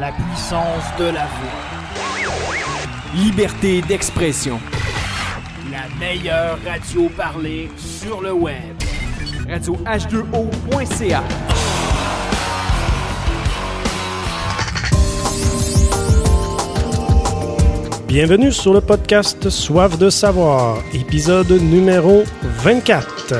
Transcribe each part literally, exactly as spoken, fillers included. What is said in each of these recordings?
la puissance de la voix. Liberté d'expression. La meilleure radio parlée sur le web. radio h deux o point c a. Bienvenue sur le podcast Soif de savoir, épisode numéro vingt-quatre.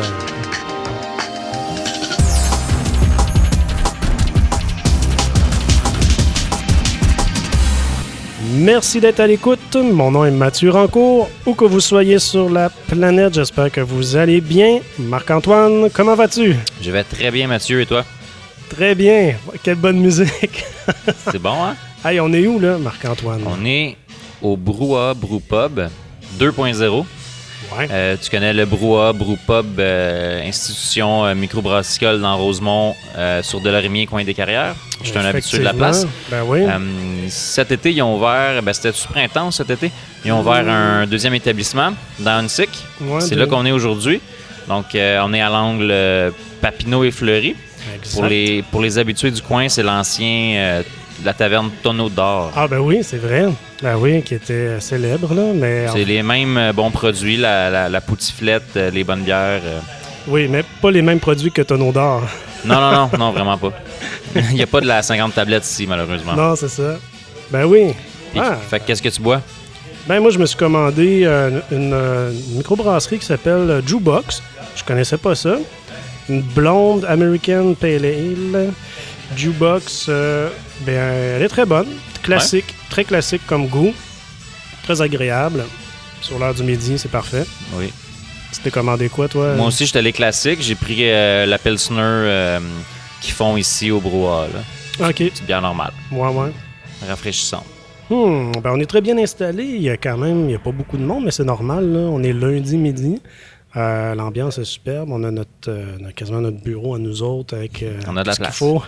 Merci d'être à l'écoute. Mon nom est Mathieu Rancourt. Où que vous soyez sur la planète, j'espère que vous allez bien. Marc-Antoine, comment vas-tu? Je vais très bien, Mathieu, et toi? Très bien. Quelle bonne musique. C'est bon, hein? Hey, on est où, là, Marc-Antoine? On est au Brouhaha Brew Pub deux point zéro. Ouais. Euh, tu connais le Brouhaha Brew Pub, euh, institution euh, microbrassicole dans Rosemont, euh, sur Delorimier, coin des Carrières. Je suis un habitué de la place. Ben oui. Euh, cet été, ils ont ouvert, ben, c'était du printemps cet été, ils ont ouvert un deuxième établissement dans Huntsic. Ouais, c'est de... là qu'on est aujourd'hui. Donc, euh, on est à l'angle euh, Papineau et Fleury. Exact. Pour les, pour les habitués du coin, c'est l'ancien euh, la taverne Tonneau d'Or. Ah ben oui, c'est vrai. Ben oui, qui était célèbre, là, mais... C'est les mêmes euh, bons produits, la, la, la poutiflette, euh, les bonnes bières. Euh... Oui, mais pas les mêmes produits que Tonneau d'Or. Non, non, non, non, vraiment pas. Il n'y a pas de la cinquante tablettes ici, malheureusement. Non, c'est ça. Ben oui. Puis, ah. Fait que qu'est-ce que tu bois? Ben moi, je me suis commandé euh, une, une microbrasserie qui s'appelle Jukebox. Je connaissais pas ça. Une blonde American Pale Ale. Jukebox, euh, ben, elle est très bonne. Classique, ouais. Très classique comme goût. Très agréable. Sur l'heure du midi, c'est parfait. Oui. Tu t'es commandé quoi, toi? Moi aussi, j'étais allé classique. J'ai pris euh, la Pilsner euh, qu'ils font ici au Brouhaha. Là. OK. C'est bien normal. Ouais, ouais. Rafraîchissant. Hmm, ben on est très bien installé. Il y a quand même, il n'y a pas beaucoup de monde, mais c'est normal. Là. On est lundi midi. Euh, l'ambiance est superbe. On a, notre, euh, on a quasiment notre bureau à nous autres avec euh, on a de la ce place. qu'il faut.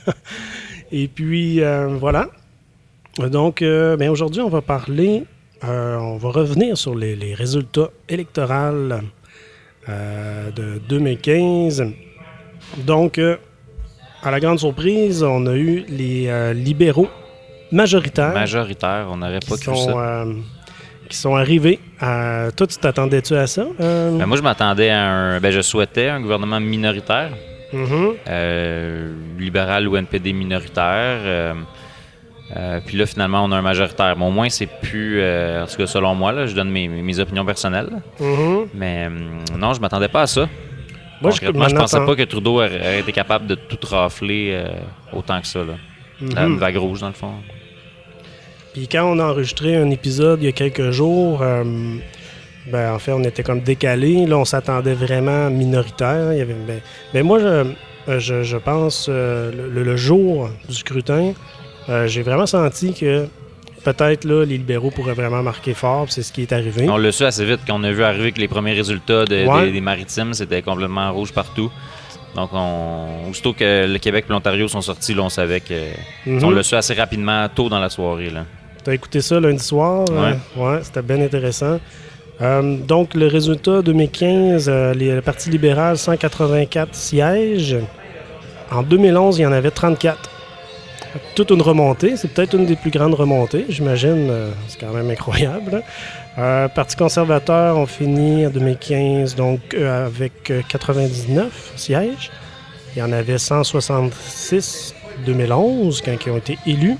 Et puis, euh, voilà. Donc, euh, ben aujourd'hui, on va parler, euh, on va revenir sur les, les résultats électoraux euh, de deux mille quinze. Donc, euh, à la grande surprise, on a eu les euh, libéraux majoritaires. Majoritaires, on n'aurait pas cru sont, ça. Euh, qui sont arrivés. À... Toi, tu t'attendais-tu à ça? Euh... Ben moi, je m'attendais à un... Ben, je souhaitais un gouvernement minoritaire. Mm-hmm. Euh, libéral ou N P D minoritaire. Euh, euh, puis là, finalement, on a un majoritaire. Mais au moins, c'est plus... Euh, en tout cas, selon moi, là, je donne mes, mes opinions personnelles. Mm-hmm. Mais euh, non, je m'attendais pas à ça. Moi, Concrètement, je, je pensais pas que Trudeau aurait été capable de tout rafler euh, autant que ça. Là. Mm-hmm. La vague rouge, dans le fond. Puis quand on a enregistré un épisode il y a quelques jours, euh, ben en fait, on était comme décalé. Là, on s'attendait vraiment minoritaire. Il y avait, ben, ben moi, je, je, je pense, euh, le, le jour du scrutin, euh, j'ai vraiment senti que peut-être là, les libéraux pourraient vraiment marquer fort. C'est ce qui est arrivé. On l'a su assez vite. Quand on a vu arriver que les premiers résultats de, ouais. des, des maritimes, c'était complètement rouge partout. Donc, on, aussitôt que le Québec et l'Ontario sont sortis, là, on savait que... Mm-hmm. On l'a su assez rapidement, tôt dans la soirée. Là. Tu as écouté ça lundi soir? Ouais. Euh, ouais, c'était bien intéressant. Euh, donc, le résultat deux mille quinze, euh, les, le Parti libéral, cent quatre-vingt-quatre sièges. En deux mille onze, il y en avait trente-quatre. Toute une remontée. C'est peut-être une des plus grandes remontées, j'imagine. Euh, c'est quand même incroyable. Euh, Parti conservateur, on finit en deux mille quinze donc, euh, avec euh, quatre-vingt-dix-neuf sièges. Il y en avait cent soixante-six en deux mille onze, quand ils ont été élus.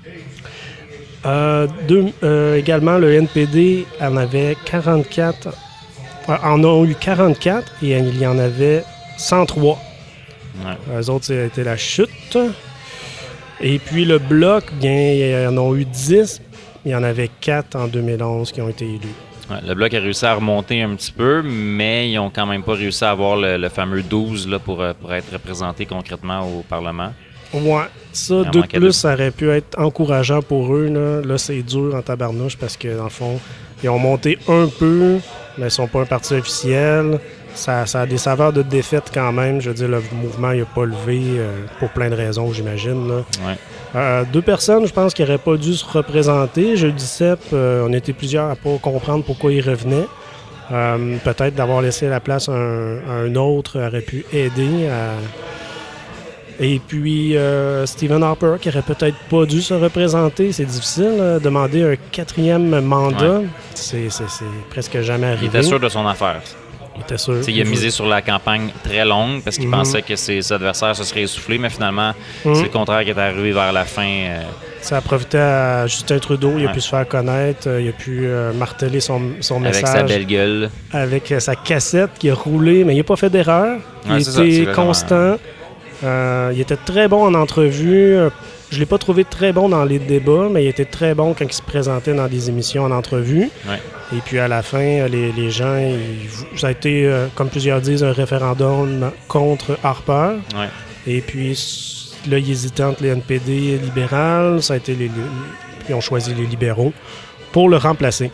Euh, deux, euh, également, le N P D en avait quarante-quatre. Euh, en ont eu quarante-quatre et il y en avait cent trois. Ouais. Eux autres, c'était la chute. Et puis le Bloc, bien, ils en ont eu dix. Il y en avait quatre en deux mille onze qui ont été élus. Ouais, le Bloc a réussi à remonter un petit peu, mais ils n'ont quand même pas réussi à avoir le, le fameux douze là, pour, pour être représentés concrètement au Parlement. Ouais, ça, deux de plus, de... ça aurait pu être encourageant pour eux. Là, là c'est dur en tabarnouche parce que, dans le fond, ils ont monté un peu, mais ils ne sont pas un parti officiel. Ça, ça a des saveurs de défaite quand même. Je veux dire, le mouvement n'a pas levé euh, pour plein de raisons, j'imagine. Là. Ouais. Euh, deux personnes, je pense, qui n'auraient pas dû se représenter. Jeudi sept, euh, on était plusieurs à ne pas comprendre pourquoi ils revenaient. Euh, peut-être d'avoir laissé la place à un, à un autre aurait pu aider à... Et puis, euh, Stephen Harper, qui aurait peut-être pas dû se représenter. C'est difficile, là, demander un quatrième mandat. Ouais. C'est, c'est, c'est presque jamais arrivé. Il était sûr de son affaire. Il était sûr. T'sais, il a misé sur la campagne très longue parce qu'il mm-hmm. pensait que ses adversaires se seraient essoufflés, mais finalement, mm-hmm. c'est le contraire qui est arrivé vers la fin. Euh... Ça a profité à Justin Trudeau. Il ouais. a pu se faire connaître. Il a pu euh, marteler son, son avec message. Avec sa belle gueule. Avec euh, sa cassette qui a roulé, mais il n'a pas fait d'erreur. Il ouais, était ça, constant. Euh, il était très bon en entrevue. Je ne l'ai pas trouvé très bon dans les débats, mais il était très bon quand il se présentait dans des émissions en entrevue. Ouais. Et puis à la fin, les, les gens, ils, ça a été, euh, comme plusieurs disent, un référendum contre Harper. Ouais. Et puis là, ils hésitaient entre les N P D libérales. Ça a été les, les, ils ont choisi les libéraux pour le remplacer.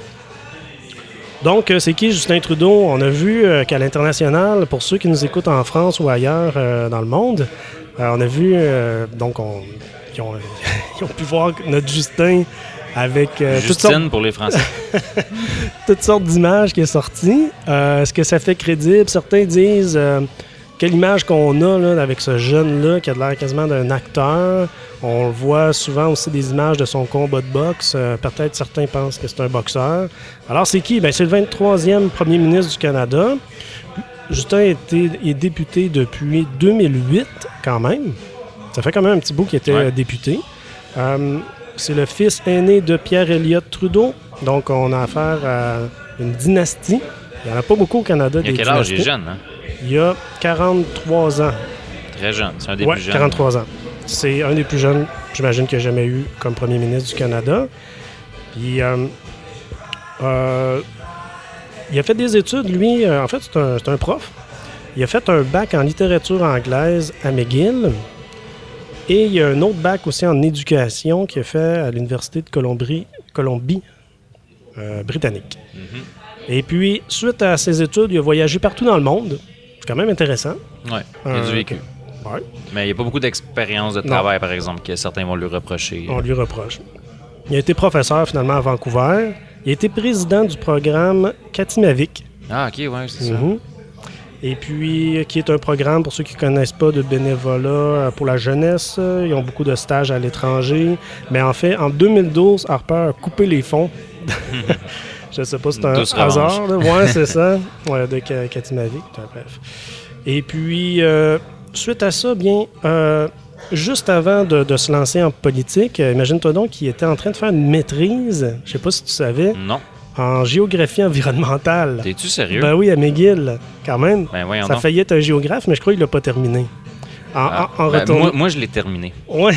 Donc, c'est qui Justin Trudeau? On a vu euh, qu'à l'international, pour ceux qui nous écoutent en France ou ailleurs euh, dans le monde, euh, on a vu, euh, donc, on, ils, ont, ils ont pu voir notre Justin avec euh, Justine toutes sortes, pour les Français. toutes sortes d'images qui est sorties. Euh, est-ce que ça fait crédible? Certains disent... Euh, Quelle image qu'on a là, avec ce jeune-là qui a l'air quasiment d'un acteur. On voit souvent aussi des images de son combat de boxe. Euh, peut-être certains pensent que c'est un boxeur. Alors, c'est qui? Bien, c'est le vingt-troisième premier ministre du Canada. Justin était, est député depuis deux mille huit, quand même. Ça fait quand même un petit bout qu'il était ouais. député. Euh, c'est le fils aîné de Pierre Elliott Trudeau. Donc, on a affaire à une dynastie. Il n'y en a pas beaucoup au Canada. Il y a quel âge? Il est jeune, hein? Il y a quarante-trois ans. Très jeune. C'est un des ouais, plus jeunes. quarante-trois ans. C'est un des plus jeunes, j'imagine, qu'il n'y a jamais eu comme premier ministre du Canada. Puis, euh, euh, il a fait des études, lui. Euh, en fait, c'est un, c'est un prof. Il a fait un bac en littérature anglaise à McGill. Et il y a un autre bac aussi en éducation qu'il a fait à l'Université de Colombie, Colombie euh, britannique. Mm-hmm. Et puis, suite à ses études, il a voyagé partout dans le monde. C'est quand même intéressant. Oui, il a euh, du vécu. Ouais. Mais il n'y a pas beaucoup d'expérience de travail, non. par exemple, que certains vont lui reprocher. On lui reproche. Il a été professeur, finalement, à Vancouver. Il a été président du programme Katimavik. Ah, OK, oui, c'est mm-hmm. ça. Et puis, qui est un programme, pour ceux qui ne connaissent pas, de bénévolat pour la jeunesse. Ils ont beaucoup de stages à l'étranger. Mais en fait, en deux mille douze, Harper a coupé les fonds. Je ne sais pas si c'est un Douce hasard. Oui, c'est ça. Ouais, de Katimavik. Bref. Et puis, euh, suite à ça, bien, euh, juste avant de, de se lancer en politique, euh, imagine-toi donc qu'il était en train de faire une maîtrise, je ne sais pas si tu savais, non. en géographie environnementale. T'es-tu sérieux? Ben oui, à McGill, quand même. Ben voyons ça a failli être un géographe, mais je crois qu'il ne l'a pas terminé. En, ah, en, en ben retournant... moi, moi, je l'ai terminé. Oui.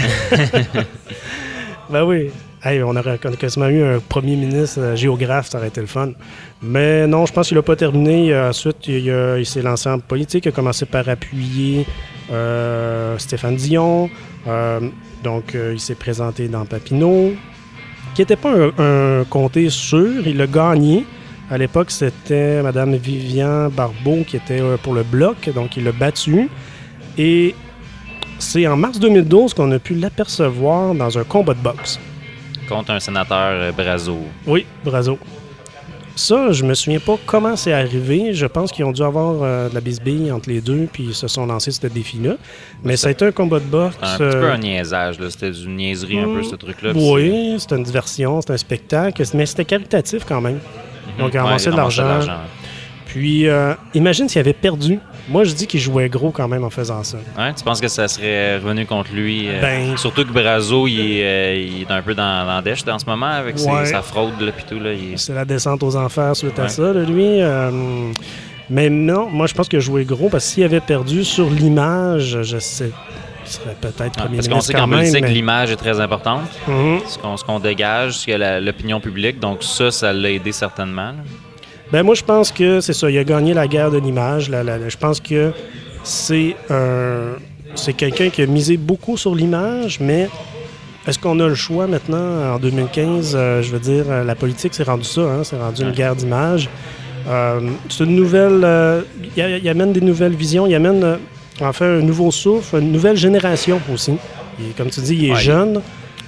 Ben oui. Hey, on aurait quasiment eu un premier ministre euh, géographe, ça aurait été le fun. Mais non, je pense qu'il n'a pas terminé. Euh, ensuite, il, il, il s'est lancé en politique. Il a commencé par appuyer euh, Stéphane Dion. Euh, donc, euh, il s'est présenté dans Papineau, qui n'était pas un, un comté sûr. Il l'a gagné. À l'époque, c'était Mme Viviane Barbeau qui était euh, pour le Bloc. Donc, il l'a battu. Et c'est en mars deux mille douze qu'on a pu l'apercevoir dans un combat de boxe. Contre un sénateur euh, Brazeau. Oui, Brazeau. Ça, je me souviens pas comment c'est arrivé. Je pense qu'ils ont dû avoir euh, de la bisbille entre les deux, puis ils se sont lancés sur ce défi-là. Mais ça a été un combat de boxe. Un euh... petit peu un niaisage, là. C'était une niaiserie mmh, un peu, ce truc-là. Oui, c'est... c'était une diversion, c'était un spectacle, mais c'était caritatif quand même. Mmh, Donc, ils ont ouais, ramassé de l'argent. de l'argent. Puis, euh, imagine s'il avait perdu. Moi, je dis qu'il jouait gros quand même en faisant ça. Ouais, tu penses que ça serait revenu contre lui? Euh, ben, surtout que Brazeau, il est, euh, il est un peu dans l'endèche en ce moment avec ouais. ses, sa fraude là, pis tout. Là, il... C'est la descente aux enfers suite ouais. à ça, là, lui. Euh, mais non, moi, je pense qu'il a joué gros parce que s'il avait perdu sur l'image, je sais, il serait peut-être ah, premier parce ministre qu'on sait qu'en quand politique, même, mais... l'image est très importante. Mm-hmm. Ce, qu'on, ce qu'on dégage, ce qu'il y a la, l'opinion publique. Donc ça, ça l'a aidé certainement. Là. Ben moi, je pense que c'est ça. Il a gagné la guerre de l'image. La, la, la, je pense que c'est un, c'est quelqu'un qui a misé beaucoup sur l'image, mais est-ce qu'on a le choix maintenant, en deux mille quinze? Euh, je veux dire, la politique, c'est rendu ça. Hein, c'est rendu une guerre d'image. Euh, c'est une nouvelle... Euh, il, il amène des nouvelles visions. Il amène, euh, en fait, un nouveau souffle, une nouvelle génération aussi. Il, comme tu dis, il est ouais, jeune.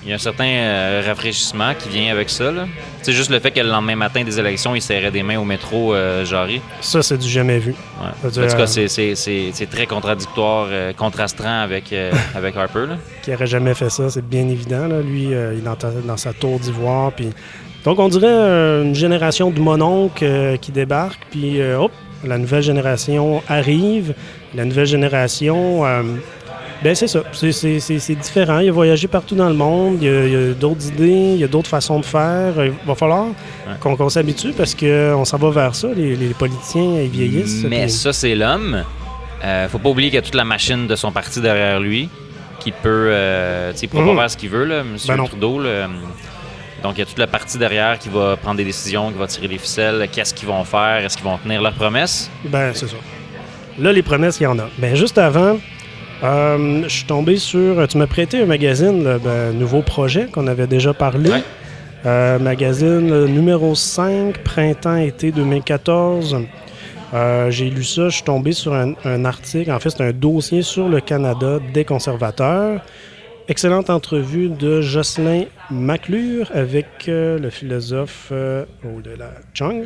il y a un certain euh, rafraîchissement qui vient avec ça. C'est juste le fait que le lendemain matin des élections, il serrait des mains au métro euh, Jarry. Ça, c'est du jamais vu. Ouais. Dire, en tout cas, c'est, c'est, c'est, c'est très contradictoire, euh, contrastant avec, euh, avec Harper. Là. Qui n'aurait jamais fait ça, c'est bien évident. Là. Lui, euh, il est dans, ta, dans sa tour d'ivoire. Puis... Donc, on dirait euh, une génération de mononcles euh, qui débarque, puis euh, hop, la nouvelle génération arrive. La nouvelle génération... Euh, Ben c'est ça, c'est, c'est, c'est, c'est différent. Il a voyagé partout dans le monde, il y a, il y a d'autres idées, il y a d'autres façons de faire. Il va falloir ouais. qu'on, qu'on s'habitue parce qu'on s'en va vers ça. Les, les politiciens, ils vieillissent. Mais puis... ça, c'est l'homme. Euh, faut pas oublier qu'il y a toute la machine de son parti derrière lui qui peut... Euh, tu sais, il pourra mmh. pas faire ce qu'il veut, là, M. Ben Trudeau. Là. Donc, il y a toute la partie derrière qui va prendre des décisions, qui va tirer les ficelles. Qu'est-ce qu'ils vont faire? Est-ce qu'ils vont tenir leurs promesses? Ben c'est ça. Là, les promesses, il y en a. Ben juste avant... Euh, je suis tombé sur... Tu m'as prêté un magazine, le ben, Nouveau Projet, qu'on avait déjà parlé. Ouais. Euh, magazine numéro cinq, printemps-été deux mille quatorze. Euh, j'ai lu ça, je suis tombé sur un, un article. En fait, c'est un dossier sur le Canada des conservateurs. Excellente entrevue de Jocelyn McClure avec euh, le philosophe euh, oh, de la Chung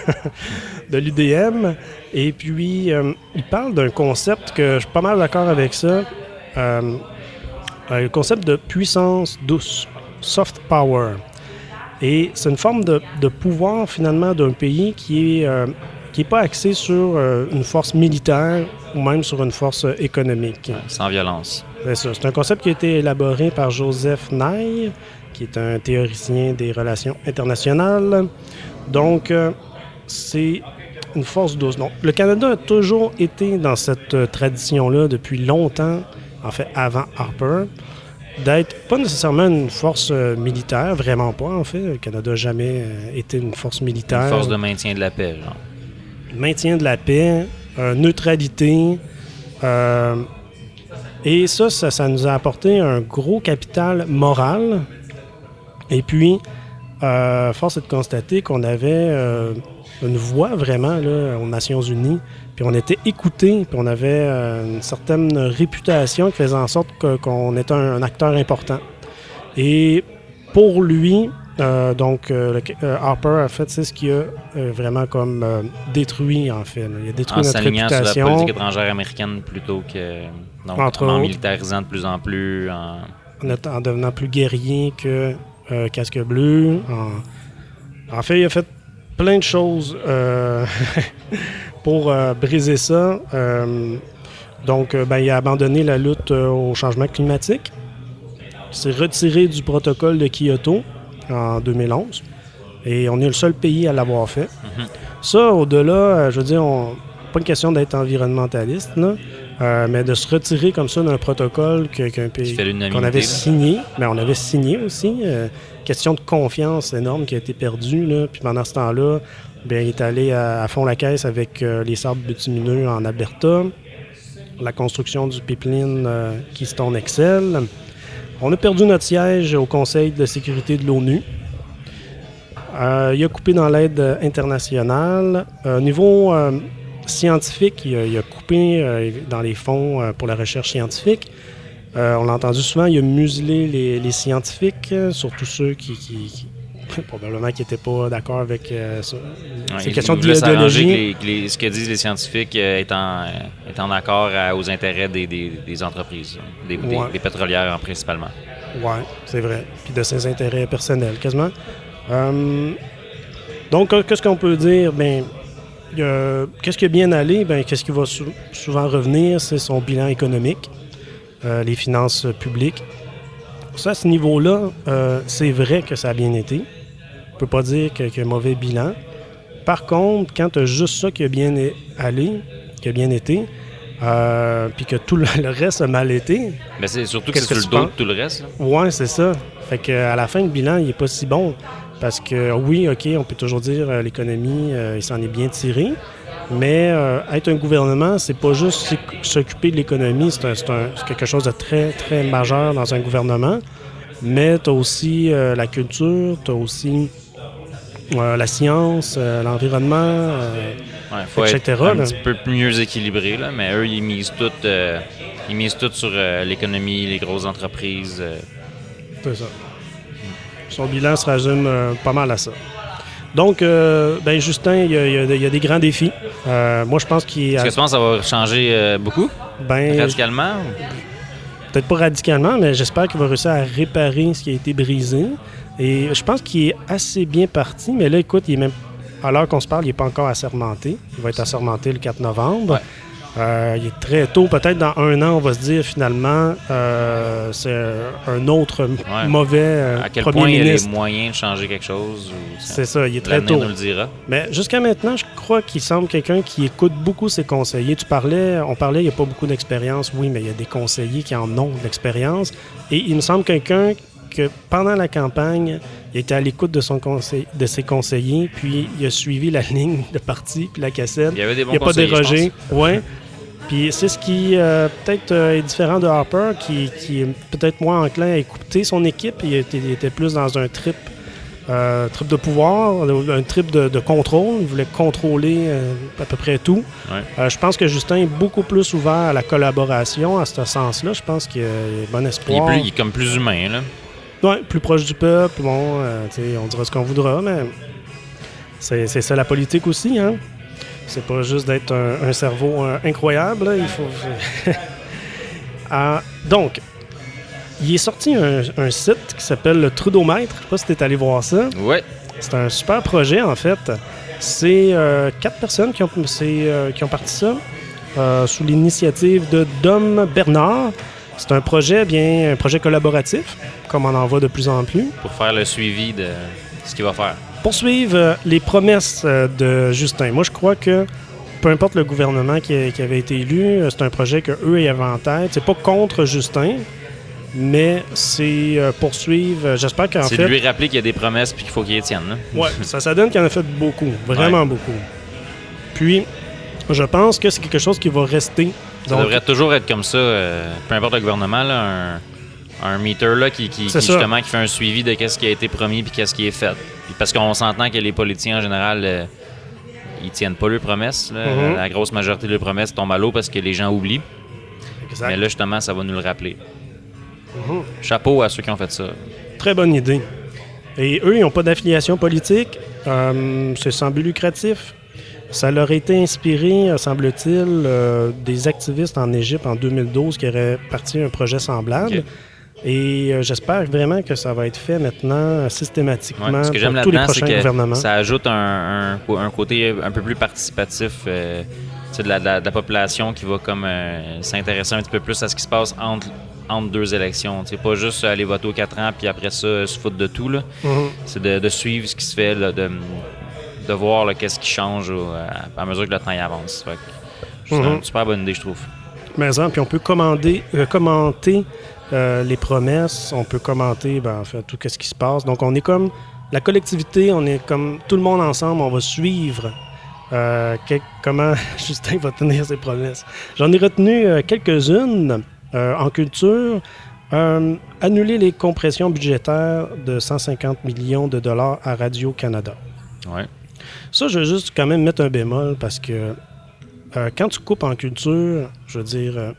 de l'U D M. Et puis, euh, il parle d'un concept que je suis pas mal d'accord avec ça. Euh, le concept de puissance douce, soft power. Et c'est une forme de, de pouvoir, finalement, d'un pays qui est... Euh, qui n'est pas axé sur euh, une force militaire ou même sur une force euh, économique. Sans violence. C'est ça. C'est un concept qui a été élaboré par Joseph Nye, qui est un théoricien des relations internationales. Donc, euh, c'est une force douce. Donc, le Canada a toujours été dans cette euh, tradition-là depuis longtemps, en fait, avant Harper, d'être pas nécessairement une force euh, militaire, vraiment pas, en fait. Le Canada n'a jamais euh, été une force militaire. Une force de maintien de la paix, genre. Maintien de la paix, euh, neutralité. Euh, et ça, ça, ça nous a apporté un gros capital moral. Et puis, euh, force est de constater qu'on avait euh, une voix vraiment là, aux Nations Unies. Puis on était écoutés, puis on avait euh, une certaine réputation qui faisait en sorte que, qu'on était un, un acteur important. Et pour lui... Euh, donc, euh, le, euh, Harper a fait c'est ce qui a euh, vraiment comme euh, détruit, en fait. Là. Il a détruit en notre réputation. En s'alignant sur la politique étrangère américaine plutôt que... Donc, Entre en autres, militarisant de plus en plus. En, en, en devenant plus guerrier que euh, casque bleu. En... en fait, il a fait plein de choses euh, pour euh, briser ça. Euh, donc, euh, ben, il a abandonné la lutte euh, au changement climatique. Il s'est retiré du protocole de Kyoto en deux mille onze. Et on est le seul pays à l'avoir fait. Mm-hmm. Ça, au-delà, euh, je veux dire, on, pas une question d'être environnementaliste, là, euh, mais de se retirer comme ça d'un protocole que, qu'un pays, qu'on avait signé. Mais on avait signé aussi. Euh, question de confiance énorme qui a été perdue. Là. Puis pendant ce temps-là, bien, il est allé à, à fond la caisse avec euh, les sables bitumineux en Alberta, la construction du pipeline euh, Keystone X L. On a perdu notre siège au Conseil de sécurité de l'ONU. Euh, il a coupé dans l'aide internationale. Au euh, niveau euh, scientifique, il a, il a coupé euh, dans les fonds euh, pour la recherche scientifique. Euh, on l'a entendu souvent, il a muselé les, les scientifiques, euh, surtout ceux qui, qui, qui probablement qui n'étaient pas d'accord avec euh, ça. Ouais, c'est une question d'idéologie. Que les, que les, ce que disent les scientifiques euh, est, en, est en accord à, aux intérêts des, des, des entreprises, des, ouais. des, des pétrolières principalement. Oui, c'est vrai. Puis de ses intérêts personnels, quasiment. Euh, donc, qu'est-ce qu'on peut dire? Bien, euh, qu'est-ce qui a bien allé? Bien, qu'est-ce qui va sou- souvent revenir? C'est son bilan économique, euh, les finances publiques. Ça, à ce niveau-là, euh, c'est vrai que ça a bien été. On ne peut pas dire qu'il y a un mauvais bilan. Par contre, quand tu as juste ça qui a bien allé, qui a bien été, euh, puis que tout le reste a mal été... Mais c'est surtout que c'est sur le dos de tout le reste. Oui, c'est ça. Fait qu'à la fin, le bilan, il n'est pas si bon. Parce que oui, OK, on peut toujours dire euh, l'économie, euh, il s'en est bien tiré. Mais euh, être un gouvernement, c'est pas juste s'occuper de l'économie, c'est, un, c'est, un, c'est quelque chose de très, très majeur dans un gouvernement. Mais tu as aussi euh, la culture, tu as aussi euh, la science, euh, l'environnement, euh, ouais, faut et cetera. Être un là. petit peu mieux équilibré, là, mais eux, ils misent tout, euh, ils misent tout sur euh, l'économie, les grosses entreprises. Euh, C'est ça. Son bilan se résume euh, pas mal à ça. Donc, euh, ben Justin, il y, y, y a des grands défis. Euh, moi, je pense qu'il... Est-ce que tu penses que ça va changer euh, beaucoup? Ben, radicalement? Peut-être pas radicalement, mais j'espère qu'il va réussir à réparer ce qui a été brisé. Et je pense qu'il est assez bien parti, mais là, écoute, il est même... à l'heure qu'on se parle, il n'est pas encore assermenté. Il va être assermenté le quatre novembre. Ouais. Euh, il est très tôt. Peut-être dans un an, on va se dire finalement, euh, c'est un autre ouais. mauvais euh, à quel premier point ministre. Il y a les moyens de changer quelque chose? Ou ça, c'est ça, il est très tôt. Nous le dira. Mais jusqu'à maintenant, je crois qu'il semble quelqu'un qui écoute beaucoup ses conseillers. Tu parlais, on parlait, il n'y a pas beaucoup d'expérience. Oui, mais il y a des conseillers qui en ont d'expérience. Et il me semble quelqu'un que pendant la campagne, il était à l'écoute de, son conseil, de ses conseillers, puis il a suivi la ligne de parti, puis la cassette. Il y avait des bons il n'a pas dérogé. Ouais. Puis c'est ce qui euh, peut-être euh, est différent de Harper, qui, qui est peut-être moins enclin à écouter son équipe. Il était, il était plus dans un trip, euh, trip de pouvoir, un trip de, de contrôle. Il voulait contrôler euh, à peu près tout. Ouais. Euh, je pense que Justin est beaucoup plus ouvert à la collaboration à ce sens-là. Je pense qu'il y a bon espoir. Il est, plus, il est comme plus humain, là. Oui, plus proche du peuple. Bon, euh, on dira ce qu'on voudra, mais c'est, c'est ça la politique aussi, hein? C'est pas juste d'être un, un cerveau euh, incroyable, là. Il faut... euh, donc, il est sorti un, un site qui s'appelle le Trudeau-mètre. Je sais pas si tu es allé voir ça. Oui. C'est un super projet, en fait. C'est euh, quatre personnes qui ont, c'est, euh, qui ont parti ça euh, sous l'initiative de Dom Bernard. C'est un projet, bien, un projet collaboratif, comme on en voit de plus en plus. Pour faire le suivi de ce qu'il va faire. Poursuivre euh, les promesses euh, de Justin. Moi, je crois que peu importe le gouvernement qui, a, qui avait été élu, euh, c'est un projet qu'eux avaient en tête. C'est pas contre Justin, mais c'est euh, poursuivre. Euh, j'espère qu'en c'est fait... C'est de lui rappeler qu'il y a des promesses puis qu'il faut qu'il y tienne. Oui, ça, ça donne qu'il en a fait beaucoup, vraiment ouais. beaucoup. Puis, je pense que c'est quelque chose qui va rester. Ça Donc, devrait toujours être comme ça, euh, peu importe le gouvernement, là, un, un meter là, qui, qui, qui justement qui fait un suivi de ce qui a été promis puis qu'est-ce qui est fait. Puis parce qu'on s'entend que les politiciens en général, euh, ils tiennent pas leurs promesses. Là. Mm-hmm. La grosse majorité de leurs promesses tombent à l'eau parce que les gens oublient. Exact. Mais là, justement, ça va nous le rappeler. Mm-hmm. Chapeau à ceux qui ont fait ça. Très bonne idée. Et eux, ils n'ont pas d'affiliation politique. Euh, c'est sans but lucratif. Ça leur a été inspiré, semble-t-il, euh, des activistes en Égypte en deux mille douze qui auraient parti un projet semblable. Okay. Et euh, j'espère vraiment que ça va être fait maintenant systématiquement ouais, ce que j'aime pour tous les prochains c'est que gouvernements. Ça ajoute un, un, un côté un peu plus participatif euh, de, la, de, la, de la population qui va comme euh, s'intéresser un petit peu plus à ce qui se passe entre, entre deux élections. C'est pas juste aller voter aux quatre ans puis après ça se foutre de tout. Là. Mm-hmm. C'est de, de suivre ce qui se fait, là, de... de voir là, qu'est-ce qui change euh, à mesure que le temps y avance. Fait que, c'est mm-hmm. une super bonne idée, je trouve. Mais puis on peut commander, euh, commenter euh, les promesses, on peut commenter ben, en fait, tout ce qui se passe. Donc on est comme la collectivité, on est comme tout le monde ensemble, on va suivre euh, que, comment Justin va tenir ses promesses. J'en ai retenu euh, quelques-unes euh, en culture. Euh, annuler les compressions budgétaires de cent cinquante millions de dollars à Radio-Canada. Ouais. Ça, je veux juste quand même mettre un bémol parce que euh, quand tu coupes en culture, je veux dire, euh,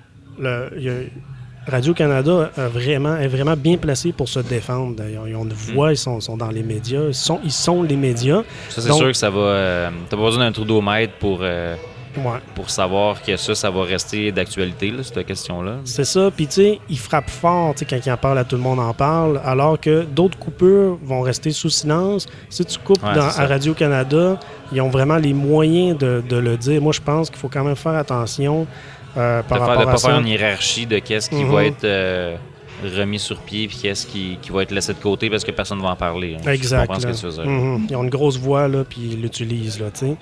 le, y a, Radio-Canada a vraiment, est vraiment bien placé pour se défendre. D'ailleurs. Ils ont une voix, mmh. ils sont, sont dans les médias, ils sont, ils sont les médias. Ça, c'est Donc, sûr que ça va... Euh, t'as pas besoin d'un Trudeau-mètre pour... Euh... Ouais. Pour savoir que ça, ça va rester d'actualité, là, cette question-là. C'est ça. Puis, tu sais, il frappe fort, tu sais, quand il en parle, à tout le monde en parle, alors que d'autres coupures vont rester sous silence. Si tu coupes ouais, dans, à Radio-Canada, ils ont vraiment les moyens de, de le dire. Moi, je pense qu'il faut quand même faire attention euh, par de rapport faire, de à pas ça. faire une hiérarchie de qu'est-ce qui mm-hmm. va être euh, remis sur pied puis qu'est-ce qui, qui va être laissé de côté parce que personne ne va en parler. Hein. Exact. Je comprends ce que tu veux dire. Mm-hmm. Ils ont une grosse voix, là, puis ils l'utilisent, là, tu sais.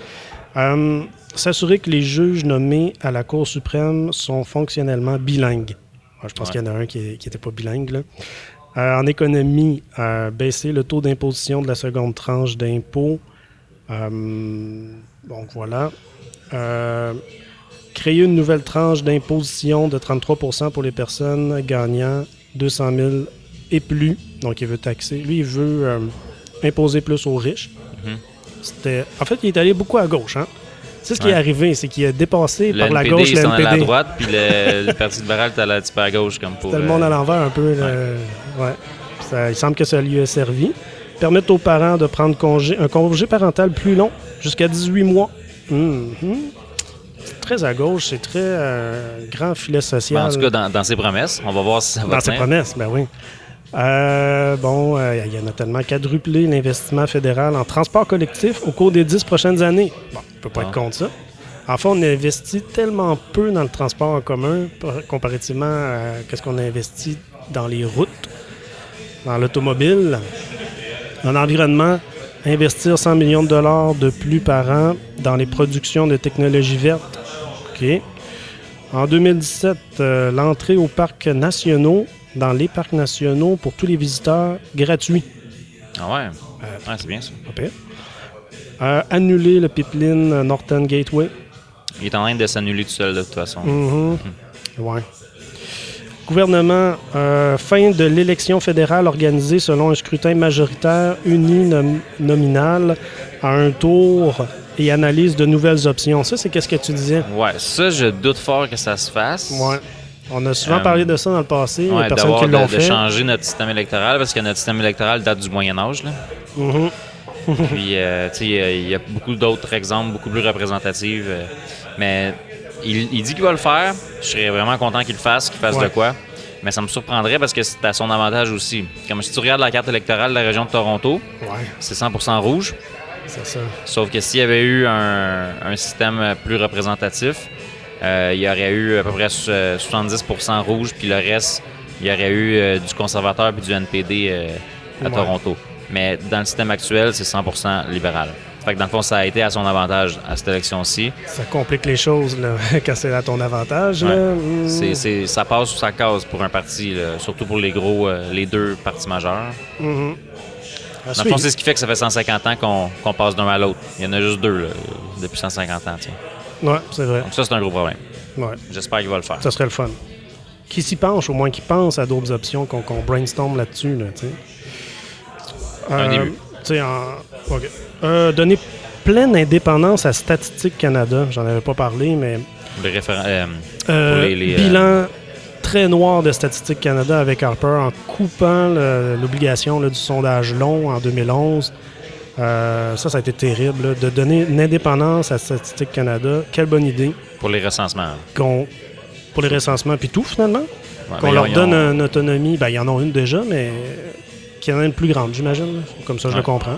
Um, s'assurer que les juges nommés à la Cour suprême sont fonctionnellement bilingues. Alors, je pense ouais. qu'il y en a un qui n'était pas bilingue. Là. Euh, en économie, euh, baisser le taux d'imposition de la seconde tranche d'impôt. Euh, donc voilà. Euh, créer une nouvelle tranche d'imposition de trente-trois pour cent pour les personnes gagnant deux cent mille et plus. Donc il veut taxer. Lui, il veut euh, imposer plus aux riches. Mm-hmm. C'était... En fait, il est allé beaucoup à gauche. Hein? C'est ce qui ouais. est arrivé, c'est qu'il a dépassé le par N P D, la gauche le N P D. À la droite, puis le, le Parti libéral était à la, à gauche. Comme pour, C'était le monde à l'envers un peu. Ouais. Ouais. Ça, il semble que ça lui a servi. Permettre aux parents de prendre congé, un congé parental plus long, jusqu'à dix-huit mois. Mm-hmm. C'est très à gauche, c'est très euh, grand filet social. Ben, en tout cas, dans, dans ses promesses, on va voir si ça va Dans tenir. ses promesses, ben oui. Euh, bon, euh, il y a notamment quadruplé l'investissement fédéral en transport collectif au cours des dix prochaines années. Bon, on ne peut pas ah. être contre ça. Enfin, on investit tellement peu dans le transport en commun comparativement à ce qu'on a investi dans les routes, dans l'automobile. En environnement, investir cent millions de dollars de plus par an dans les productions de technologies vertes. OK. En deux mille dix-sept, euh, l'entrée aux parcs nationaux, dans les parcs nationaux pour tous les visiteurs, gratuit. Ah ouais? Euh, ouais, c'est bien ça. Okay. Euh, annuler le pipeline Northern Gateway. Il est en train de s'annuler tout seul, de toute façon. Mm-hmm. Mm. Ouais. Gouvernement, euh, fin de l'élection fédérale organisée selon un scrutin majoritaire uninominal à un tour et analyse de nouvelles options. Ça, c'est qu'est-ce que tu disais? Ouais, ça, je doute fort que ça se fasse. Ouais. On a souvent euh, parlé de ça dans le passé. Ouais, il y a personne qui l'ont de, fait. de changer notre système électoral parce que notre système électoral date du Moyen-Âge. Là. Mm-hmm. Puis, euh, tu sais, il y a beaucoup d'autres exemples, beaucoup plus représentatifs. Euh, mais il, il dit qu'il va le faire. Je serais vraiment content qu'il le fasse, qu'il fasse ouais. de quoi. Mais ça me surprendrait parce que c'est à son avantage aussi. Comme si tu regardes la carte électorale de la région de Toronto, ouais. c'est cent pour cent rouge. C'est ça. Sauf que s'il y avait eu un, un système plus représentatif, euh, il y aurait eu à peu près soixante-dix pour cent rouge, puis le reste, il y aurait eu euh, du conservateur puis du N P D euh, à ouais. Toronto. Mais dans le système actuel, c'est cent pour cent libéral. Fait que dans le fond, ça a été à son avantage à cette élection-ci. Ça complique les choses là, quand c'est à ton avantage. Ouais. Là. Mmh. C'est, c'est, ça passe ou ça casse pour un parti, là, surtout pour les gros, euh, les deux partis majeurs. Mmh. Dans le fond, c'est ce qui fait que ça fait cent cinquante ans qu'on, qu'on passe d'un à l'autre. Il y en a juste deux là, depuis cent cinquante ans. Tiens. Oui, c'est vrai. Donc ça, c'est un gros problème. Ouais. J'espère qu'il va le faire. Ça serait le fun. Qui s'y penche, au moins qui pense à d'autres options, qu'on, qu'on brainstorm là-dessus. Là, t'sais. Un euh, début. Tu sais, en... Okay. Euh, donner pleine indépendance à Statistique Canada. J'en avais pas parlé, mais... Le référent... Euh, euh, pour les, les, bilan euh... très noir de Statistique Canada avec Harper en coupant le, l'obligation là, du sondage long en deux mille onze. Euh, ça, ça a été terrible. Là, de donner une indépendance à Statistique Canada. Quelle bonne idée. Pour les recensements. Qu'on, pour les recensements, puis tout, finalement. Ouais, qu'on leur donne ont... une autonomie. Ben, il y en a une déjà, mais qu'il y en a une plus grande, j'imagine. Comme ça, je ouais. le comprends.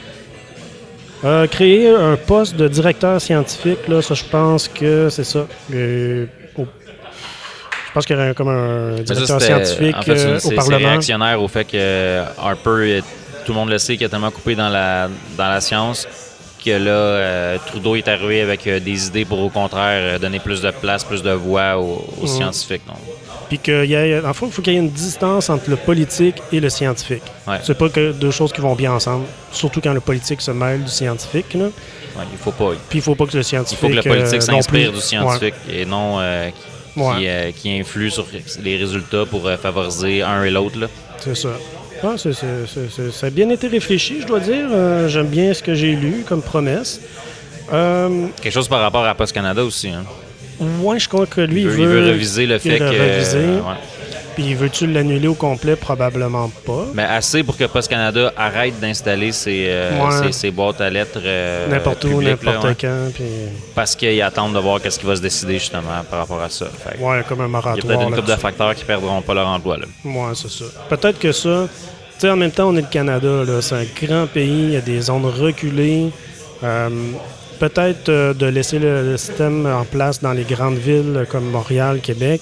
Euh, créer un poste de directeur scientifique, là, ça, je pense que c'est ça. Euh, au, je pense qu'il y aurait comme un directeur ça, scientifique en fait, euh, c'est, au Parlement. C'est réactionnaire au fait que Harper, tout le monde le sait, qu'il a tellement coupé dans la, dans la science que là, euh, Trudeau est arrivé avec euh, des idées pour, au contraire, euh, donner plus de place, plus de voix aux, aux mmh. scientifiques. Donc. Puis qu'il y ait, en fait, il faut qu'il y ait une distance entre le politique et le scientifique. Ouais. C'est pas que deux choses qui vont bien ensemble, surtout quand le politique se mêle du scientifique. Là. Ouais, il faut pas. Puis il faut pas que le scientifique. Il faut que le politique euh, s'inspire du scientifique ouais. et non euh, qui, ouais. qui, euh, qui influe sur les résultats pour euh, favoriser un et l'autre. Là. C'est ça. Ah, c'est, c'est, c'est, c'est, ça a bien été réfléchi, je dois dire. Euh, j'aime bien ce que j'ai lu comme promesse. Euh, Quelque chose par rapport à Post Canada aussi. Hein? Oui, je crois que lui, il veut, il veut, il veut réviser le fait que... Réviser. Euh, ouais. Puis veux-tu l'annuler au complet? Probablement pas. Mais assez pour que Post Canada arrête d'installer ses, euh, ouais. ses, ses boîtes à lettres euh, n'importe où, n'importe là, ouais. quand. Puis... Parce qu'ils attendent de voir qu'est-ce qui va se décider justement par rapport à ça. Oui, comme un moratoire. Il y a peut-être une couple de facteurs qui ne perdront pas leur emploi. Oui, c'est ça. Peut-être que ça... Tu sais, en même temps, on est le Canada. Là. C'est un grand pays. Il y a des zones reculées. Euh, peut-être euh, de laisser le, le système en place dans les grandes villes comme Montréal, Québec.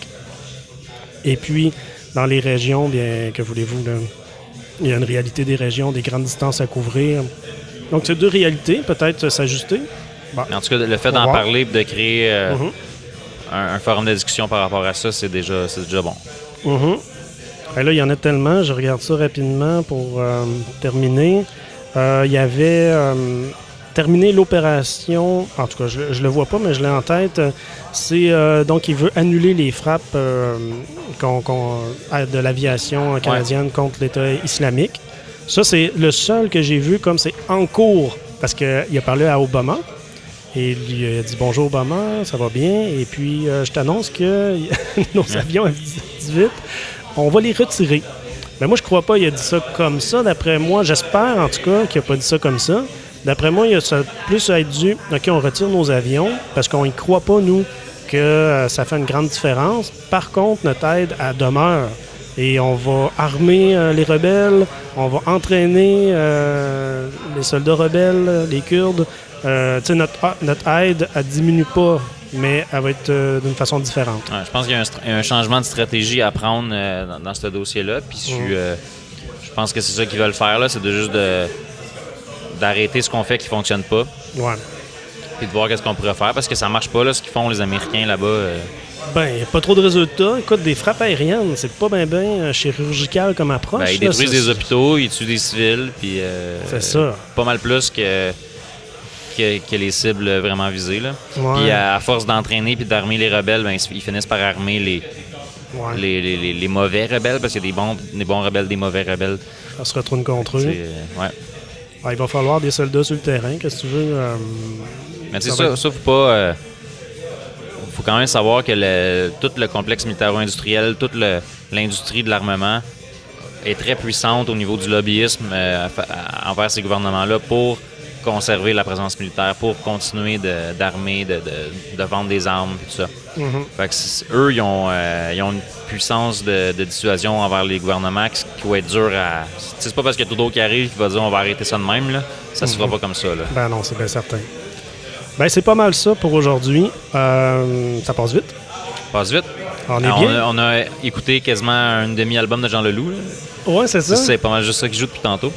Et puis, dans les régions, bien, que voulez-vous, là, il y a une réalité des régions, des grandes distances à couvrir. Donc, c'est deux réalités, peut-être s'ajuster. Bon. En tout cas, le fait d'en voir. parler et de créer euh, mm-hmm. un, un forum de discussion par rapport à ça, c'est déjà, c'est déjà bon. Mm-hmm. Et là, il y en a tellement. Je regarde ça rapidement pour euh, terminer. Euh, il y avait... Euh, terminer l'opération, en tout cas, je ne le vois pas, mais je l'ai en tête, c'est euh, donc il veut annuler les frappes euh, qu'on, qu'on, de l'aviation canadienne ouais. contre l'État islamique. Ça, c'est le seul que j'ai vu comme c'est en cours, parce qu'il a parlé à Obama, et il lui a dit « Bonjour Obama, ça va bien? » Et puis, euh, je t'annonce que nos ouais. avions F dix-huit, on va les retirer. Mais moi, je crois pas qu'il a dit ça comme ça. D'après moi, j'espère en tout cas qu'il a pas dit ça comme ça. D'après moi, il a ça plus à être dû, OK, on retire nos avions parce qu'on y croit pas, nous, que euh, ça fait une grande différence. Par contre, notre aide, elle demeure. Et on va armer euh, les rebelles, on va entraîner euh, les soldats rebelles, les Kurdes. Euh, notre, notre aide, elle diminue pas, mais elle va être euh, d'une façon différente. Ouais, je pense qu'il y a un, un changement de stratégie à prendre euh, dans, dans ce dossier-là. Puis mmh. je, euh, je pense que c'est ça qu'ils veulent faire, là, c'est de juste de, d'arrêter ce qu'on fait qui ne fonctionne pas. Ouais. Puis de voir qu'est-ce qu'on pourrait faire, parce que ça marche pas, là, ce qu'ils font les Américains là-bas. Euh... Ben, il n'y a pas trop de résultats. Écoute, des frappes aériennes, c'est pas bien bien chirurgical comme approche. Ben, ils là, détruisent c'est... des hôpitaux, ils tuent des civils, puis euh, c'est ça. Pas mal plus que, que, que les cibles vraiment visées. Là. Ouais. Puis à, à force d'entraîner puis d'armer les rebelles, ben, ils finissent par armer les, ouais. les, les, les, les mauvais rebelles, parce qu'il y a des bons, des bons rebelles, des mauvais rebelles. Ça se retourne contre eux. Euh, ouais. Ouais, il va falloir des soldats sur le terrain, qu'est-ce que tu veux. Euh... Mais c'est ça, ça, ça, faut pas... Euh, faut quand même savoir que le, tout le complexe militaro-industriel, toute le, l'industrie de l'armement est très puissante au niveau du lobbyisme euh, envers ces gouvernements-là pour conserver la présence militaire, pour continuer de, d'armer, de, de, de vendre des armes et tout ça. Mm-hmm. Fait que eux, ils ont, euh, ils ont une puissance de, de dissuasion envers les gouvernements qui, qui va être dur à... C'est pas parce qu'il y a Trudeau qui arrive qui va dire on va arrêter ça de même, là. Ça se mm-hmm. fera pas comme ça. Là. Ben non, c'est bien certain. Ben c'est pas mal ça pour aujourd'hui. Euh, ça passe vite. Passe vite. On est Alors, bien. On a, on a écouté quasiment un demi-album de Jean Leloup. Là. Ouais, c'est ça. C'est pas mal juste ça qu'il joue depuis tantôt.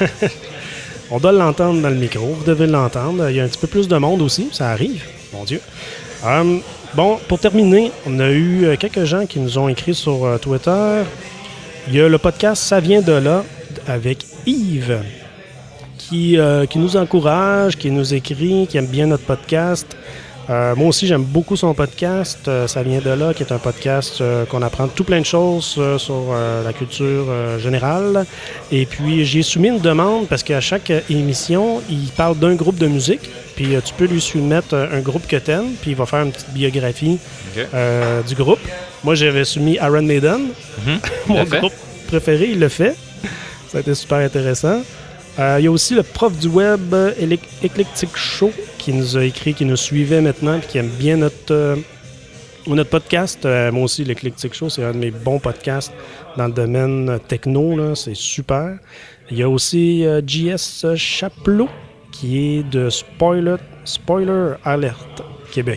On doit l'entendre dans le micro. Vous devez l'entendre. Il y a un petit peu plus de monde aussi. Ça arrive. Mon Dieu. Euh, bon, pour terminer, on a eu quelques gens qui nous ont écrit sur euh, Twitter. Il y a le podcast Ça vient de là avec Yves. Qui, euh, qui nous encourage, qui nous écrit, qui aime bien notre podcast. Euh, moi aussi, j'aime beaucoup son podcast. Euh, ça vient de là, qui est un podcast euh, qu'on apprend tout plein de choses euh, sur euh, la culture euh, générale. Et puis, j'ai soumis une demande parce qu'à chaque émission, il parle d'un groupe de musique. Puis, euh, tu peux lui soumettre un groupe que t'aimes, puis il va faire une petite biographie okay. euh, du groupe. Moi, j'avais soumis Iron Maiden, mm-hmm. mon groupe préféré. Il le fait. Ça a été super intéressant. Il euh, y a aussi le prof du web Eclectic Show qui nous a écrit, qui nous suivait maintenant et qui aime bien notre, euh, notre podcast. Euh, moi aussi, l'Eclectic Show, c'est un de mes bons podcasts dans le domaine techno. Là, c'est super. Il y a aussi euh, J S Chapelot qui est de Spoiler, Spoiler Alert Québec.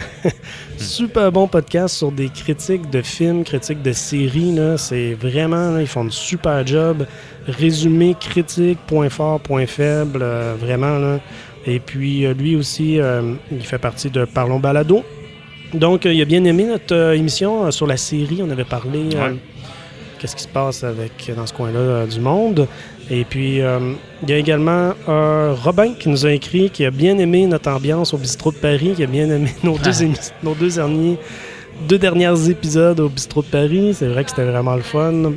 Super bon podcast sur des critiques de films, critiques de séries. Là. C'est vraiment, là, ils font un super job. Résumé, critique, point fort, point faible, euh, vraiment. Là. Et puis, euh, lui aussi, euh, il fait partie de Parlons Balado. Donc, euh, il a bien aimé notre euh, émission euh, sur la série. On avait parlé euh, ouais. qu'est-ce qui se passe avec dans ce coin-là euh, du monde. Et puis, euh, il y a également euh, Robin qui nous a écrit, qui a bien aimé notre ambiance au Bistrot de Paris, qui a bien aimé nos deux, émi- nos deux derniers deux derniers épisodes au Bistrot de Paris. C'est vrai que c'était vraiment le fun.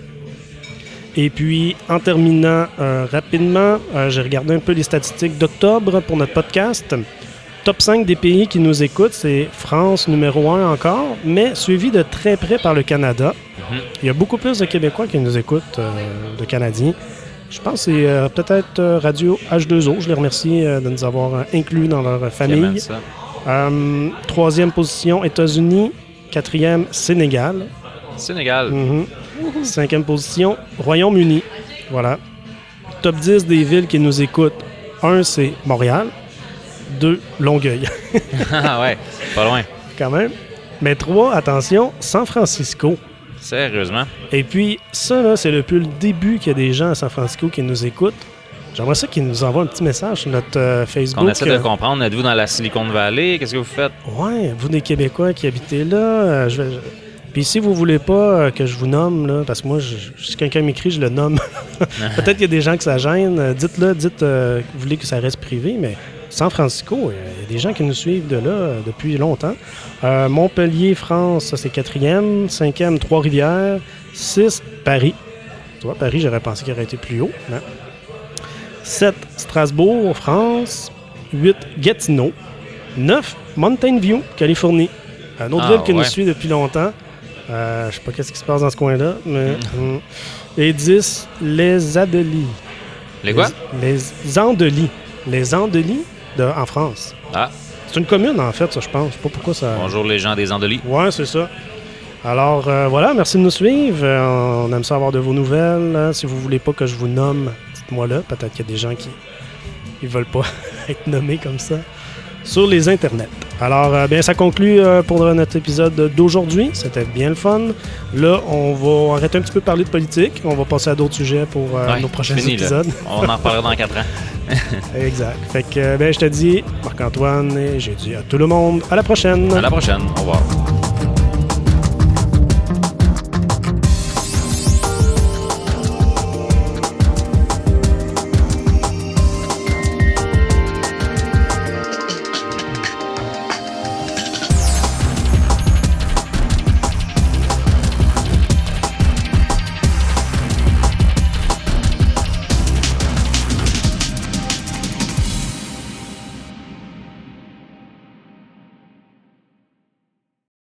Et puis, en terminant euh, rapidement, euh, j'ai regardé un peu les statistiques d'octobre pour notre podcast. Top cinq des pays qui nous écoutent, c'est France numéro un encore, mais suivi de très près par le Canada. Mm-hmm. Il y a beaucoup plus de Québécois qui nous écoutent, euh, de Canadiens. Je pense que c'est euh, peut-être euh, Radio H deux O. Je les remercie euh, de nous avoir euh, inclus dans leur famille. Euh, troisième position, États-Unis. Quatrième, Sénégal. Sénégal. Mm-hmm. Cinquième position, Royaume-Uni. Voilà. Top dix des villes qui nous écoutent. Un, c'est Montréal. Deux, Longueuil. Ah ouais, pas loin. Quand même. Mais trois, attention, San Francisco. Sérieusement. Et puis, ça, là, c'est depuis le début qu'il y a des gens à San Francisco qui nous écoutent. J'aimerais ça qu'ils nous envoient un petit message sur notre euh, Facebook. On essaie de comprendre. Êtes-vous dans la Silicon Valley? Qu'est-ce que vous faites? Ouais, vous des Québécois qui habitez là. Euh, je vais... je... Puis si vous voulez pas euh, que je vous nomme, là, parce que moi, je, si quelqu'un m'écrit, je le nomme. Peut-être qu'il y a des gens que ça gêne. Euh, dites-le, dites euh, que vous voulez que ça reste privé, mais San Francisco, il y a des gens qui nous suivent de là euh, depuis longtemps. Euh, Montpellier, France, ça c'est quatrième. Cinquième, Trois-Rivières. Six, Paris. Tu vois, Paris, j'aurais pensé qu'il aurait été plus haut. Non. Sept, Strasbourg, France. Huit, Gatineau. Neuf, Mountain View, Californie. Une autre ah, ville qui ouais. nous suit depuis longtemps. Euh, je sais pas qu'est-ce qui se passe dans ce coin-là, mais... Mm. Mm. Et dix, les Adelis. Les quoi? Les, les Andelys. Les Andelys de, en France. Ah. C'est une commune, en fait, ça, je pense. Je sais pas pourquoi ça... Bonjour les gens des Andelys. Ouais, c'est ça. Alors, euh, voilà, merci de nous suivre. Euh, on aime ça avoir de vos nouvelles. Hein. Si vous voulez pas que je vous nomme, dites-moi là. Peut-être qu'il y a des gens qui ils veulent pas être nommés comme ça sur les internets. Alors, euh, bien, ça conclut euh, pour notre épisode d'aujourd'hui. C'était bien le fun. Là, on va arrêter un petit peu de parler de politique. On va passer à d'autres sujets pour euh, ouais, nos prochains fini, épisodes. Là. On en reparlera dans quatre ans. Exact. Fait que, ben, je te dis, Marc-Antoine, et j'ai dit à tout le monde, à la prochaine. À la prochaine. Au revoir.